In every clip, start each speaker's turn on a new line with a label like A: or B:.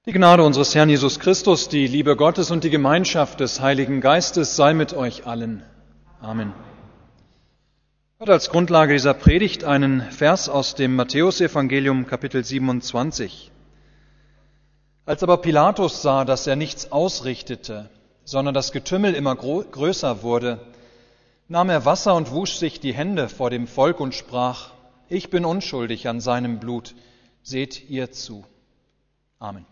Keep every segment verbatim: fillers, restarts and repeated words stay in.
A: Die Gnade unseres Herrn Jesus Christus, die Liebe Gottes und die Gemeinschaft des Heiligen Geistes sei mit euch allen. Amen. Hört als Grundlage dieser Predigt einen Vers aus dem Matthäusevangelium, Kapitel siebenundzwanzig. Als aber Pilatus sah, dass er nichts ausrichtete, sondern das Getümmel immer größer wurde, nahm er Wasser und wusch sich die Hände vor dem Volk und sprach: Ich bin unschuldig an seinem Blut, seht ihr zu. Amen.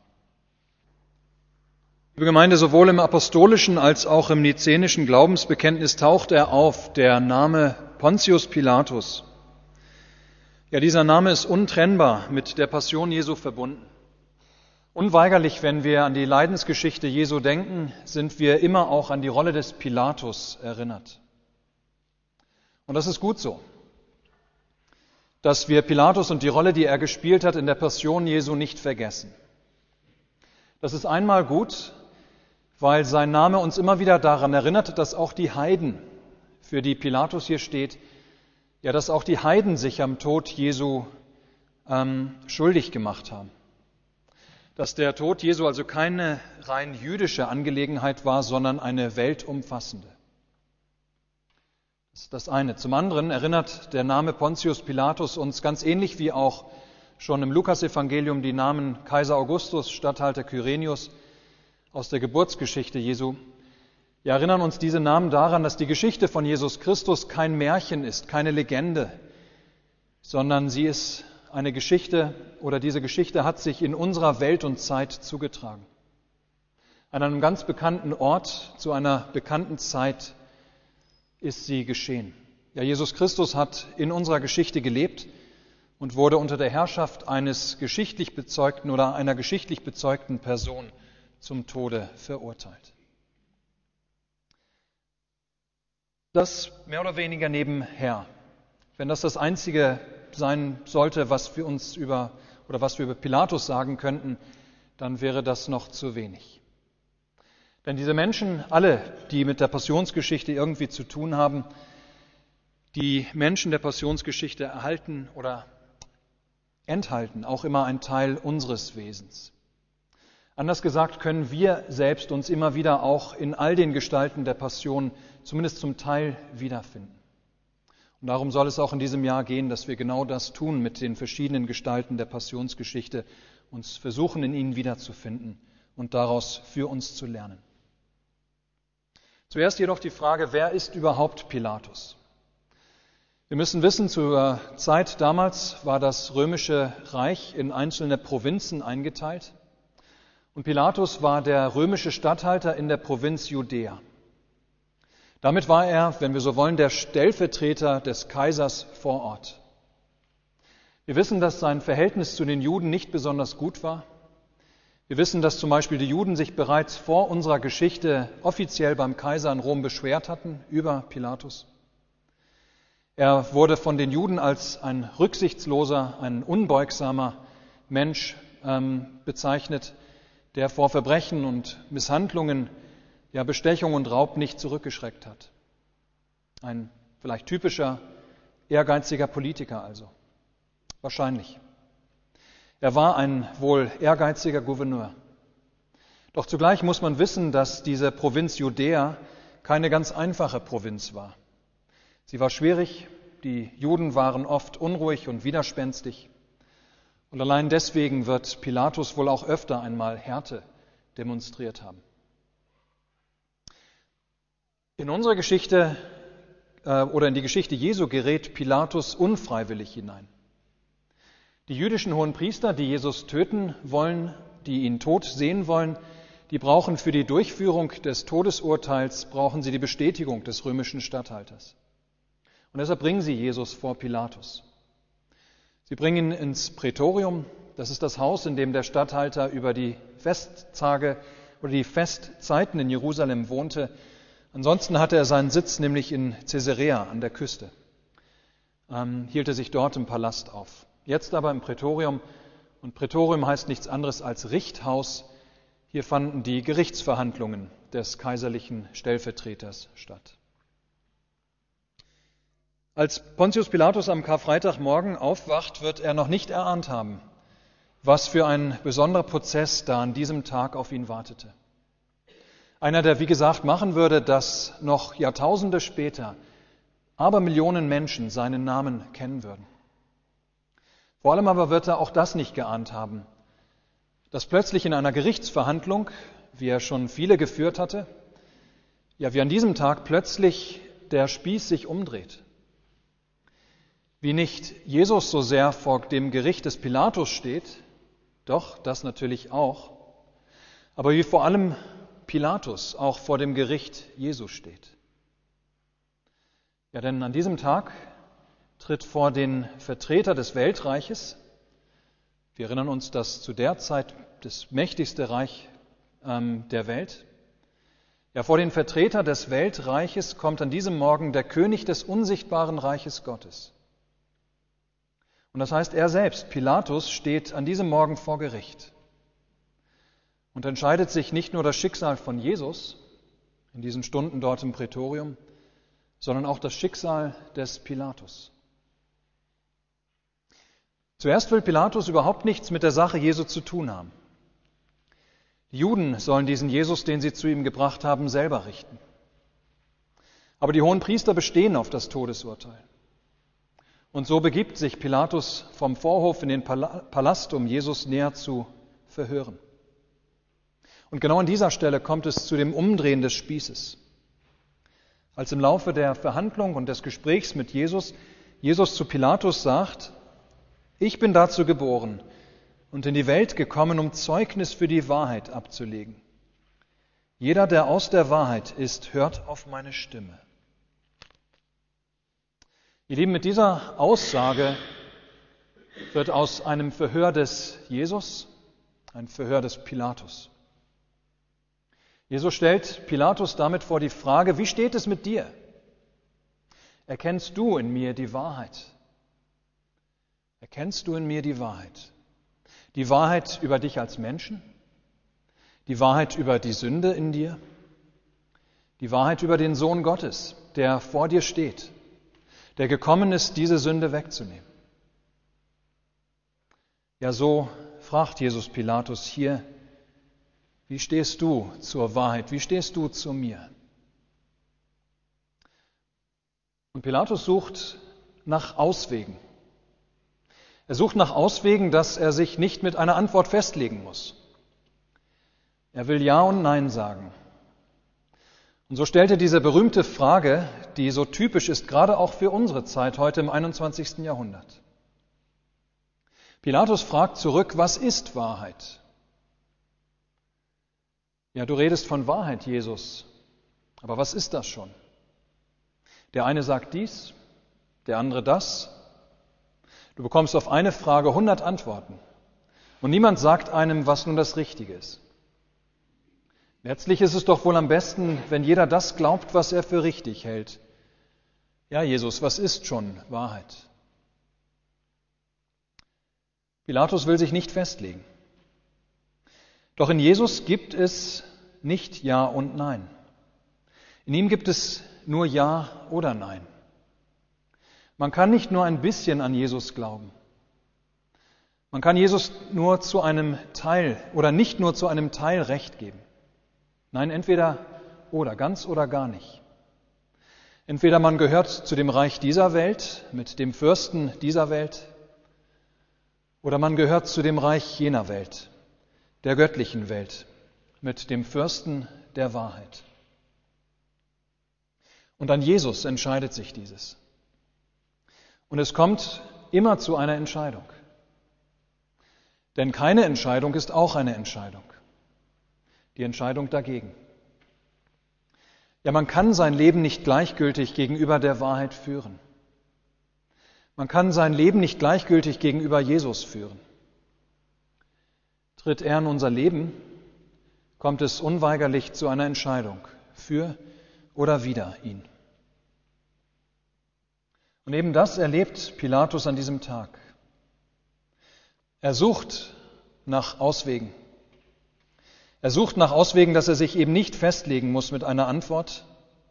A: Liebe Gemeinde, sowohl im apostolischen als auch im nizänischen Glaubensbekenntnis taucht er auf, der Name Pontius Pilatus. Ja, dieser Name ist untrennbar mit der Passion Jesu verbunden. Unweigerlich, wenn wir an die Leidensgeschichte Jesu denken, sind wir immer auch an die Rolle des Pilatus erinnert. Und das ist gut so, dass wir Pilatus und die Rolle, die er gespielt hat, in der Passion Jesu nicht vergessen. Das ist einmal gut, weil sein Name uns immer wieder daran erinnert, dass auch die Heiden, für die Pilatus hier steht, ja, dass auch die Heiden sich am Tod Jesu ähm, schuldig gemacht haben. Dass der Tod Jesu also keine rein jüdische Angelegenheit war, sondern eine weltumfassende. Das ist das eine. Zum anderen erinnert der Name Pontius Pilatus uns ganz ähnlich wie auch schon im Lukasevangelium die Namen Kaiser Augustus, Statthalter Kyrenius aus der Geburtsgeschichte Jesu. Wir erinnern uns diese Namen daran, dass die Geschichte von Jesus Christus kein Märchen ist, keine Legende, sondern sie ist eine Geschichte oder diese Geschichte hat sich in unserer Welt und Zeit zugetragen. An einem ganz bekannten Ort, zu einer bekannten Zeit ist sie geschehen. Ja, Jesus Christus hat in unserer Geschichte gelebt und wurde unter der Herrschaft eines geschichtlich bezeugten oder einer geschichtlich bezeugten Person zum Tode verurteilt. Das mehr oder weniger nebenher. Wenn das das Einzige sein sollte, was wir uns über oder was wir über Pilatus sagen könnten, dann wäre das noch zu wenig. Denn diese Menschen, alle, die mit der Passionsgeschichte irgendwie zu tun haben, die Menschen der Passionsgeschichte erhalten oder enthalten auch immer einen Teil unseres Wesens. Anders gesagt können wir selbst uns immer wieder auch in all den Gestalten der Passion zumindest zum Teil wiederfinden. Und darum soll es auch in diesem Jahr gehen, dass wir genau das tun mit den verschiedenen Gestalten der Passionsgeschichte, uns versuchen, in ihnen wiederzufinden und daraus für uns zu lernen. Zuerst jedoch die Frage, wer ist überhaupt Pilatus? Wir müssen wissen, zur Zeit damals war das römische Reich in einzelne Provinzen eingeteilt. Und Pilatus war der römische Statthalter in der Provinz Judäa. Damit war er, wenn wir so wollen, der Stellvertreter des Kaisers vor Ort. Wir wissen, dass sein Verhältnis zu den Juden nicht besonders gut war. Wir wissen, dass zum Beispiel die Juden sich bereits vor unserer Geschichte offiziell beim Kaiser in Rom beschwert hatten über Pilatus. Er wurde von den Juden als ein rücksichtsloser, ein unbeugsamer Mensch ähm, bezeichnet, der vor Verbrechen und Misshandlungen, ja Bestechung und Raub nicht zurückgeschreckt hat. Ein vielleicht typischer, ehrgeiziger Politiker also. Wahrscheinlich. Er war ein wohl ehrgeiziger Gouverneur. Doch zugleich muss man wissen, dass diese Provinz Judäa keine ganz einfache Provinz war. Sie war schwierig, die Juden waren oft unruhig und widerspenstig. Und allein deswegen wird Pilatus wohl auch öfter einmal Härte demonstriert haben. In unsere Geschichte äh, oder in die Geschichte Jesu gerät Pilatus unfreiwillig hinein. Die jüdischen Hohenpriester, die Jesus töten wollen, die ihn tot sehen wollen, die brauchen für die Durchführung des Todesurteils, brauchen sie die Bestätigung des römischen Statthalters. Und deshalb bringen sie Jesus vor Pilatus. Sie bringen ihn ins Prätorium, das ist das Haus, in dem der Statthalter über die Festtage oder die Festzeiten in Jerusalem wohnte. Ansonsten hatte er seinen Sitz nämlich in Caesarea an der Küste, ähm, hielt er sich dort im Palast auf. Jetzt aber im Prätorium, und Prätorium heißt nichts anderes als Richthaus, hier fanden die Gerichtsverhandlungen des kaiserlichen Stellvertreters statt. Als Pontius Pilatus am Karfreitagmorgen aufwacht, wird er noch nicht erahnt haben, was für ein besonderer Prozess da an diesem Tag auf ihn wartete. Einer, der, wie gesagt, machen würde, dass noch Jahrtausende später Abermillionen Menschen seinen Namen kennen würden. Vor allem aber wird er auch das nicht geahnt haben, dass plötzlich in einer Gerichtsverhandlung, wie er schon viele geführt hatte, ja, wie an diesem Tag plötzlich der Spieß sich umdreht. Wie nicht Jesus so sehr vor dem Gericht des Pilatus steht, doch, das natürlich auch, aber wie vor allem Pilatus auch vor dem Gericht Jesu steht. Ja, denn an diesem Tag tritt vor den Vertreter des Weltreiches, wir erinnern uns, dass zu der Zeit das mächtigste Reich ähm, der Welt, ja, vor den Vertreter des Weltreiches kommt an diesem Morgen der König des unsichtbaren Reiches Gottes. Und das heißt, er selbst, Pilatus, steht an diesem Morgen vor Gericht und entscheidet sich nicht nur das Schicksal von Jesus in diesen Stunden dort im Prätorium, sondern auch das Schicksal des Pilatus. Zuerst will Pilatus überhaupt nichts mit der Sache Jesu zu tun haben. Die Juden sollen diesen Jesus, den sie zu ihm gebracht haben, selber richten. Aber die hohen Priester bestehen auf das Todesurteil. Und so begibt sich Pilatus vom Vorhof in den Palast, um Jesus näher zu verhören. Und genau an dieser Stelle kommt es zu dem Umdrehen des Spießes. Als im Laufe der Verhandlung und des Gesprächs mit Jesus, Jesus zu Pilatus sagt: Ich bin dazu geboren und in die Welt gekommen, um Zeugnis für die Wahrheit abzulegen. Jeder, der aus der Wahrheit ist, hört auf meine Stimme. Ihr Lieben, mit dieser Aussage wird aus einem Verhör des Jesus ein Verhör des Pilatus. Jesus stellt Pilatus damit vor die Frage: Wie steht es mit dir? Erkennst du in mir die Wahrheit? Erkennst du in mir die Wahrheit? Die Wahrheit über dich als Menschen? Die Wahrheit über die Sünde in dir? Die Wahrheit über den Sohn Gottes, der vor dir steht, der gekommen ist, diese Sünde wegzunehmen? Ja, so fragt Jesus Pilatus hier: Wie stehst du zur Wahrheit? Wie stehst du zu mir? Und Pilatus sucht nach Auswegen. Er sucht nach Auswegen, dass er sich nicht mit einer Antwort festlegen muss. Er will Ja und Nein sagen. Und so stellt er diese berühmte Frage, die so typisch ist, gerade auch für unsere Zeit heute im einundzwanzigsten Jahrhundert. Pilatus fragt zurück: Was ist Wahrheit? Ja, du redest von Wahrheit, Jesus. Aber was ist das schon? Der eine sagt dies, der andere das. Du bekommst auf eine Frage hundert Antworten. Und niemand sagt einem, was nun das Richtige ist. Letztlich ist es doch wohl am besten, wenn jeder das glaubt, was er für richtig hält. Ja, Jesus, was ist schon Wahrheit? Pilatus will sich nicht festlegen. Doch in Jesus gibt es nicht Ja und Nein. In ihm gibt es nur Ja oder Nein. Man kann nicht nur ein bisschen an Jesus glauben. Man kann Jesus nur zu einem Teil oder nicht nur zu einem Teil Recht geben. Nein, entweder oder, ganz oder gar nicht. Entweder man gehört zu dem Reich dieser Welt, mit dem Fürsten dieser Welt, oder man gehört zu dem Reich jener Welt, der göttlichen Welt, mit dem Fürsten der Wahrheit. Und an Jesus entscheidet sich dieses. Und es kommt immer zu einer Entscheidung. Denn keine Entscheidung ist auch eine Entscheidung. Die Entscheidung dagegen. Ja, man kann sein Leben nicht gleichgültig gegenüber der Wahrheit führen. Man kann sein Leben nicht gleichgültig gegenüber Jesus führen. Tritt er in unser Leben, kommt es unweigerlich zu einer Entscheidung für oder wider ihn. Und eben das erlebt Pilatus an diesem Tag. Er sucht nach Auswegen. Er sucht nach Auswegen, dass er sich eben nicht festlegen muss mit einer Antwort.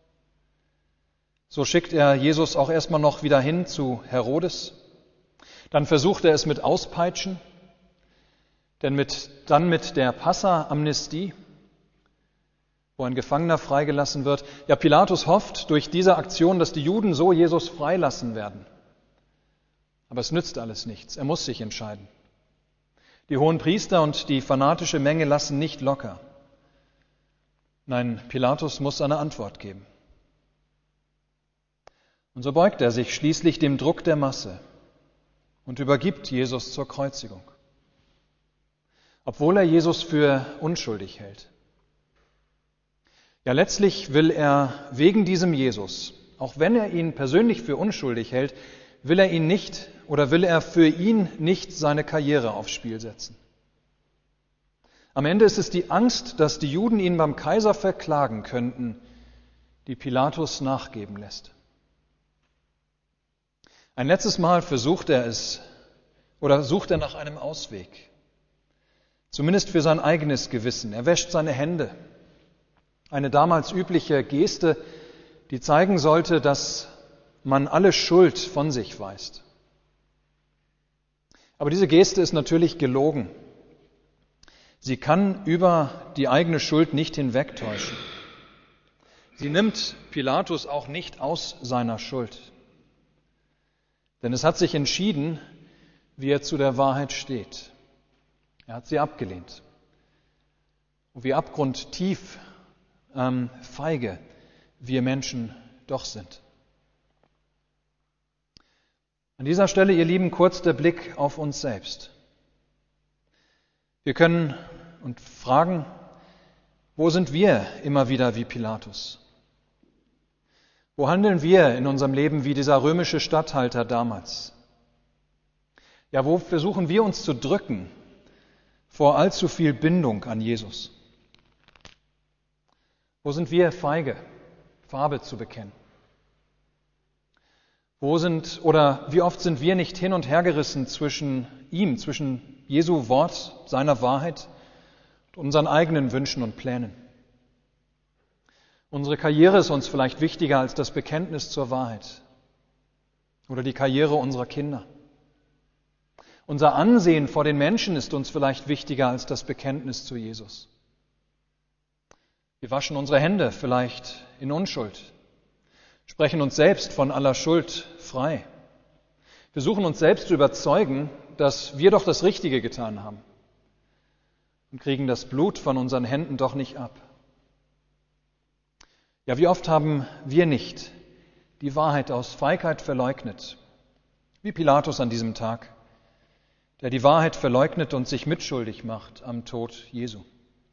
A: So schickt er Jesus auch erstmal noch wieder hin zu Herodes. Dann versucht er es mit Auspeitschen. Denn mit, dann mit der Passa-Amnestie, wo ein Gefangener freigelassen wird, ja, Pilatus hofft durch diese Aktion, dass die Juden so Jesus freilassen werden. Aber es nützt alles nichts. Er muss sich entscheiden. Die hohen Priester und die fanatische Menge lassen nicht locker. Nein, Pilatus muss eine Antwort geben. Und so beugt er sich schließlich dem Druck der Masse und übergibt Jesus zur Kreuzigung, obwohl er Jesus für unschuldig hält. Ja, letztlich will er wegen diesem Jesus, auch wenn er ihn persönlich für unschuldig hält, will er ihn nicht oder will er für ihn nicht seine Karriere aufs Spiel setzen. Am Ende ist es die Angst, dass die Juden ihn beim Kaiser verklagen könnten, die Pilatus nachgeben lässt. Ein letztes Mal versucht er es oder sucht er nach einem Ausweg, zumindest für sein eigenes Gewissen. Er wäscht seine Hände. Eine damals übliche Geste, die zeigen sollte, dass man alle Schuld von sich weist. Aber diese Geste ist natürlich gelogen. Sie kann über die eigene Schuld nicht hinwegtäuschen. Sie nimmt Pilatus auch nicht aus seiner Schuld. Denn es hat sich entschieden, wie er zu der Wahrheit steht. Er hat sie abgelehnt. Und wie abgrundtief ähm, feige wir Menschen doch sind. An dieser Stelle, ihr Lieben, kurz der Blick auf uns selbst. Wir können und fragen, wo sind wir immer wieder wie Pilatus? Wo handeln wir in unserem Leben wie dieser römische Statthalter damals? Ja, wo versuchen wir uns zu drücken vor allzu viel Bindung an Jesus? Wo sind wir feige, Farbe zu bekennen? Wo sind oder wie oft sind wir nicht hin und her gerissen zwischen ihm, zwischen Jesu Wort, seiner Wahrheit und unseren eigenen Wünschen und Plänen? Unsere Karriere ist uns vielleicht wichtiger als das Bekenntnis zur Wahrheit oder die Karriere unserer Kinder. Unser Ansehen vor den Menschen ist uns vielleicht wichtiger als das Bekenntnis zu Jesus. Wir waschen unsere Hände vielleicht in Unschuld, sprechen uns selbst von aller Schuld frei. Wir suchen uns selbst zu überzeugen, dass wir doch das Richtige getan haben und kriegen das Blut von unseren Händen doch nicht ab. Ja, wie oft haben wir nicht die Wahrheit aus Feigheit verleugnet, wie Pilatus an diesem Tag, der die Wahrheit verleugnet und sich mitschuldig macht am Tod Jesu.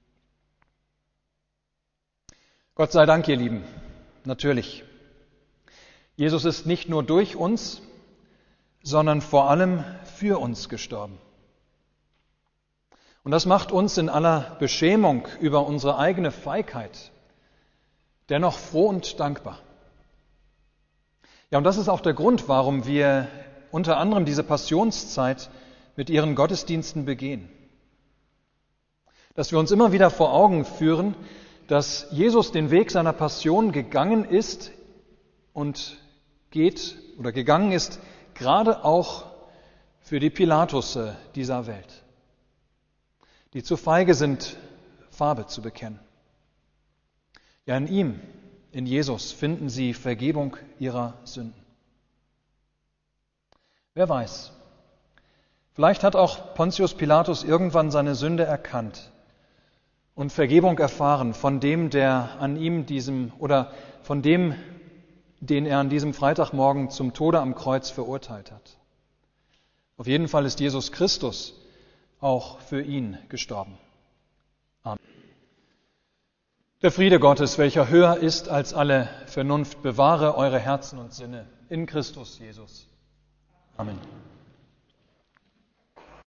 A: Gott sei Dank, ihr Lieben, natürlich. Jesus ist nicht nur durch uns, sondern vor allem für uns gestorben. Und das macht uns in aller Beschämung über unsere eigene Feigheit dennoch froh und dankbar. Ja, und das ist auch der Grund, warum wir unter anderem diese Passionszeit mit ihren Gottesdiensten begehen. Dass wir uns immer wieder vor Augen führen, dass Jesus den Weg seiner Passion gegangen ist und geht oder gegangen ist, gerade auch für die Pilatusse dieser Welt, die zu feige sind, Farbe zu bekennen. Ja, in ihm, in Jesus, finden sie Vergebung ihrer Sünden. Wer weiß, vielleicht hat auch Pontius Pilatus irgendwann seine Sünde erkannt und Vergebung erfahren von dem, der an ihm diesem oder von dem, den er an diesem Freitagmorgen zum Tode am Kreuz verurteilt hat. Auf jeden Fall ist Jesus Christus auch für ihn gestorben. Amen. Der Friede Gottes, welcher höher ist als alle Vernunft, bewahre eure Herzen und Sinne in Christus Jesus. Amen.